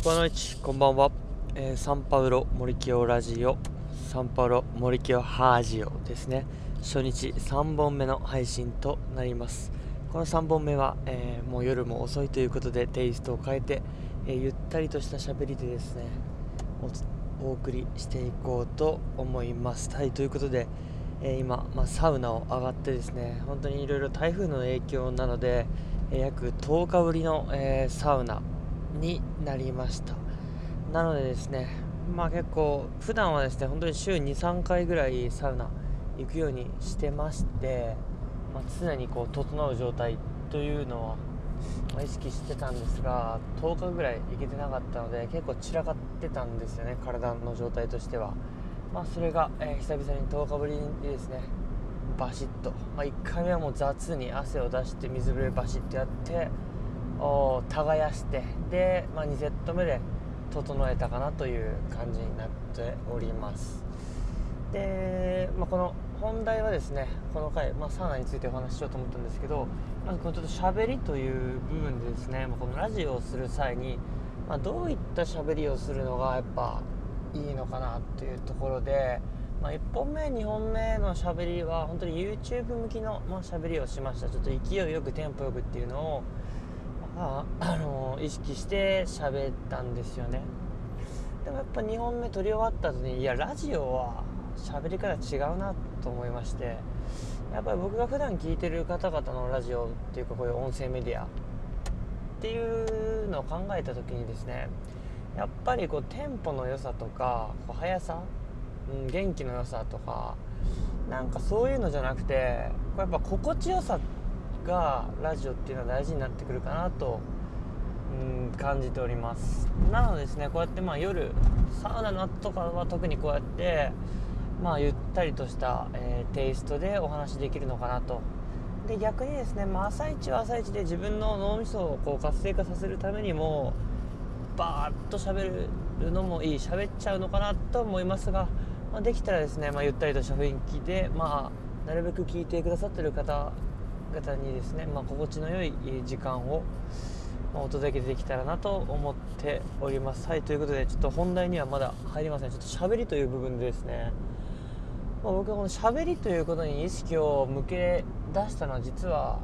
ボナイチ、こんばんは。サンパウロ森清ラジオ、サンパウロ森清ハージオですね。初日3本目の配信となります。この3本目は、もう夜も遅いということでテイストを変えて、ゆったりとした喋りでですねお送りしていこうと思います。はい、ということで、今、サウナを上がってですね、本当にいろいろ台風の影響なので、約10日ぶりの、サウナになりました。なのでですね、結構普段はですね、本当に週2、3回ぐらいサウナ行くようにしてまして、常にこう整う状態というのは、意識してたんですが、10日ぐらい行けてなかったので結構散らかってたんですよね、体の状態としては。それが、久々に10日ぶりにですね、バシッと、1回目はもう雑に汗を出して水風呂バシッとやって耕してで、2セット目で整えたかなという感じになっております。で、この本題はですね、この回、サウナについてお話ししようと思ったんですけど、まずこのちょっと喋りという部分でですね、このラジオをする際に、どういった喋りをするのがやっぱいいのかなというところで、1本目2本目の喋りは本当に YouTube 向きの喋りをしました。ちょっと勢いよくテンポよくっていうのを意識して喋ったんですよね。でもやっぱ2本目撮り終わった後に、ラジオは喋り方違うなと思いまして、やっぱり僕が普段聞いてる方々のラジオっていうか、こういう音声メディアっていうのを考えた時にですね、やっぱりこうテンポの良さとかこう速さ、元気の良さとかなんかそういうのじゃなくて、これやっぱ心地よさがラジオっていうのは大事になってくるかなと感じております。なのでですね、こうやって夜サウナの後とかは特にこうやってゆったりとした、テイストでお話できるのかなと。で逆にですね、朝一は朝一で自分の脳みそをこう活性化させるためにもバーッと喋るのもいい、喋っちゃうのかなと思いますが、できたらですね、ゆったりとした雰囲気で、なるべく聞いてくださっている方々にですね、心地の良い時間をお届けできたらなと思っております。はい、ということでちょっと本題にはまだ入りません。ちょっと喋りという部分でですね、僕はこの喋りということに意識を向け出したのは実は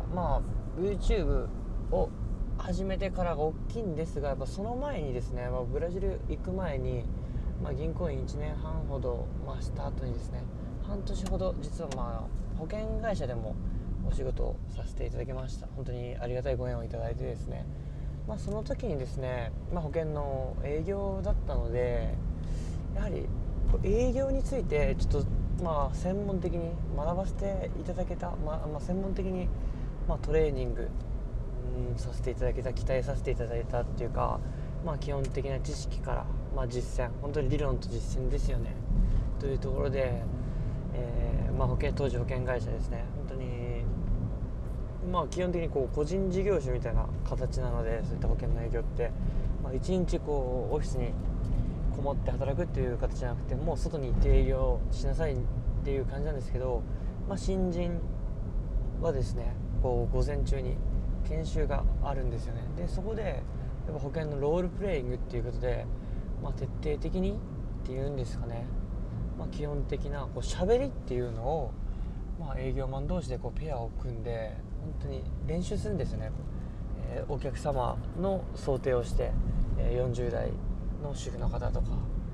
YouTube を始めてからが大きいんですが、やっぱその前にですね、ブラジル行く前に、銀行員1年半ほど、した後にですね、半年ほど実は保険会社でもお仕事をさせていただきました。本当にありがたいご縁をいただいてですね、その時にですね、保険の営業だったので、やはり営業についてちょっと専門的に学ばせていただけた、専門的にトレーニングさせていただけた、期待させていただいたっていうか、基本的な知識から、実践、本当に理論と実践ですよねというところで、当時保険会社ですね、本当に基本的にこう個人事業主みたいな形なので、そういった保険の営業って、一日こうオフィスにこもって働くっていう形じゃなくて、もう外に行って営業しなさいっていう感じなんですけど、新人はですね、こう午前中に研修があるんですよね。でそこでやっぱ保険のロールプレイングっていうことで、徹底的にっていうんですかね、基本的なこう喋りっていうのを、営業マン同士でこうペアを組んで本当に練習するんですよね。お客様の想定をして、40代の主婦の方とか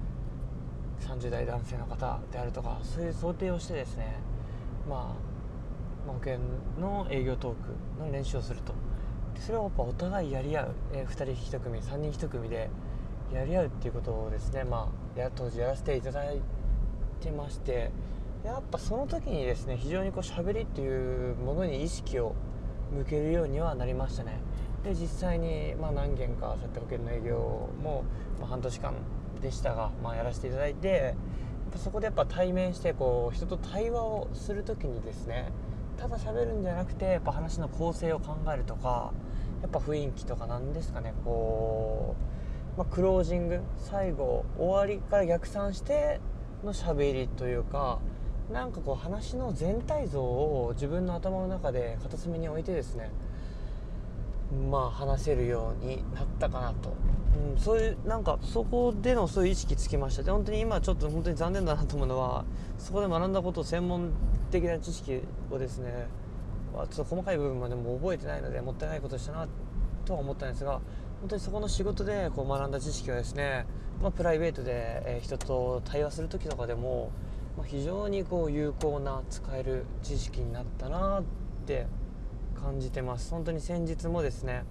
30代男性の方であるとか、そういう想定をしてですね、保険の営業トークの練習をすると。でそれをやっぱお互いやり合う、2人1組3人1組でやり合うっていうことをですね、当時やらせていただいてまして、やっぱその時にですね、非常にこう喋りっていうものに意識を向けるようにはなりましたね。で実際に何件かそうやって保険の営業も、半年間でしたが、やらせていただいて、やっぱそこでやっぱ対面してこう人と対話をするときにですね、ただ喋るんじゃなくて、やっぱ話の構成を考えるとか、やっぱ雰囲気とかなんですかね、こう、クロージング、最後終わりから逆算しての喋りというか、なんかこう話の全体像を自分の頭の中で片隅に置いてですね、 話せるようになったかなと、そういうそこでのそういう意識つきました。で本当に今ちょっと本当に残念だなと思うのは、そこで学んだことを専門的な知識をですね、ちょっと細かい部分までも覚えてないのでもったいないことをしたなとは思ったんですが、本当にそこの仕事で学んだ知識はですね、プライベートで、人と対話する時とかでも、非常に有効な使える知識になったなって感じてます。本当に先日もですね、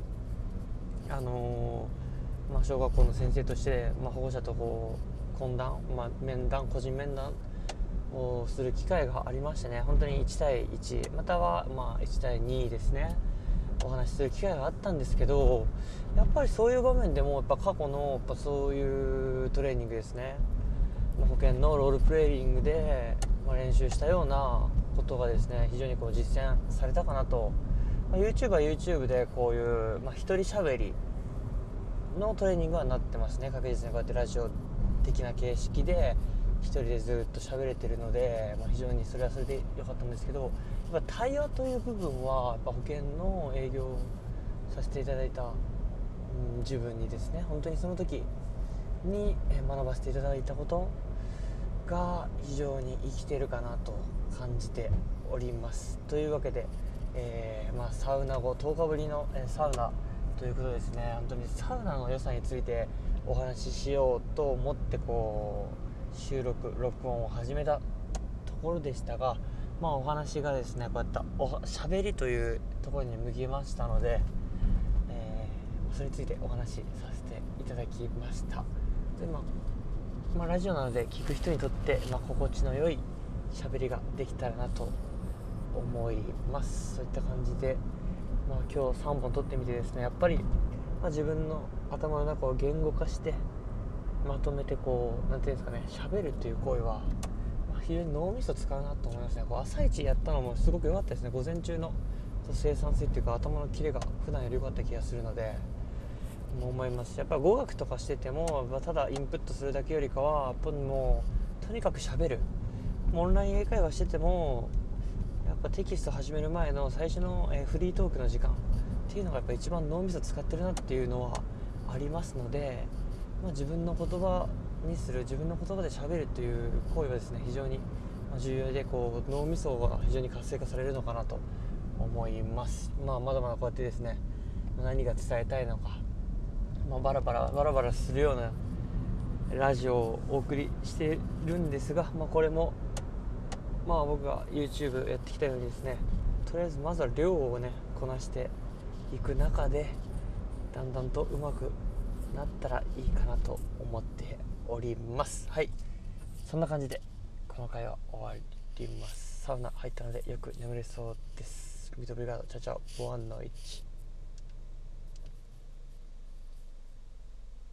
小学校の先生として、保護者と懇談、個人面談をする機会がありましてね、本当に1対1または1対2ですね、お話しする機会があったんですけど、やっぱりそういう場面でも過去のそういうトレーニングですね、保険のロールプレイングで、練習したようなことがですね、非常に実践されたかなと。YouTube は YouTube でこういう、一人喋りのトレーニングはなってますね。確実にこうやってラジオ的な形式で一人でずっと喋れてるので、非常にそれはそれで良かったんですけど、やっぱ対話という部分はやっぱ保険の営業をさせていただいた、自分にですね、本当にその時に学ばせていただいたことが非常に生きてるかなと感じております。というわけで、サウナ後10日ぶりの、サウナということですね。本当にサウナの良さについてお話ししようと思って収録録音を始めたところでしたが、お話がですねこうやった喋りというところに向きましたので、それについてお話しさせていただきました。でラジオなので聞く人にとって、心地の良い喋りができたらなと思います。そういった感じで、今日3本撮ってみてですね、やっぱり、自分の頭の中を言語化してまとめてなんていうんですかね、喋るっていう行為は、非常に脳みそ使うなと思いますね。朝一やったのもすごく良かったですね。午前中の生産性っていうか頭のキレが普段より良かった気がするので思いますし、やっぱり語学とかしててもただインプットするだけよりかはやっぱりもうとにかく喋る。オンライン英会話しててもやっぱテキスト始める前の最初のフリートークの時間っていうのがやっぱ一番脳みそ使ってるなっていうのはありますので、自分の言葉にする、自分の言葉で喋るっていう行為はですね、非常に重要で脳みそが非常に活性化されるのかなと思います。まだまだこうやってですね、何が伝えたいのか、バラバラするようなラジオをお送りしてるんですが、これも僕が YouTube やってきたようにですね、とりあえずまずは量をねこなしていく中でだんだんと上手くなったらいいかなと思っております。はい、そんな感じでこの回は終わります。サウナ入ったのでよく眠れそうです。ミトブリガードチャチャボワンの1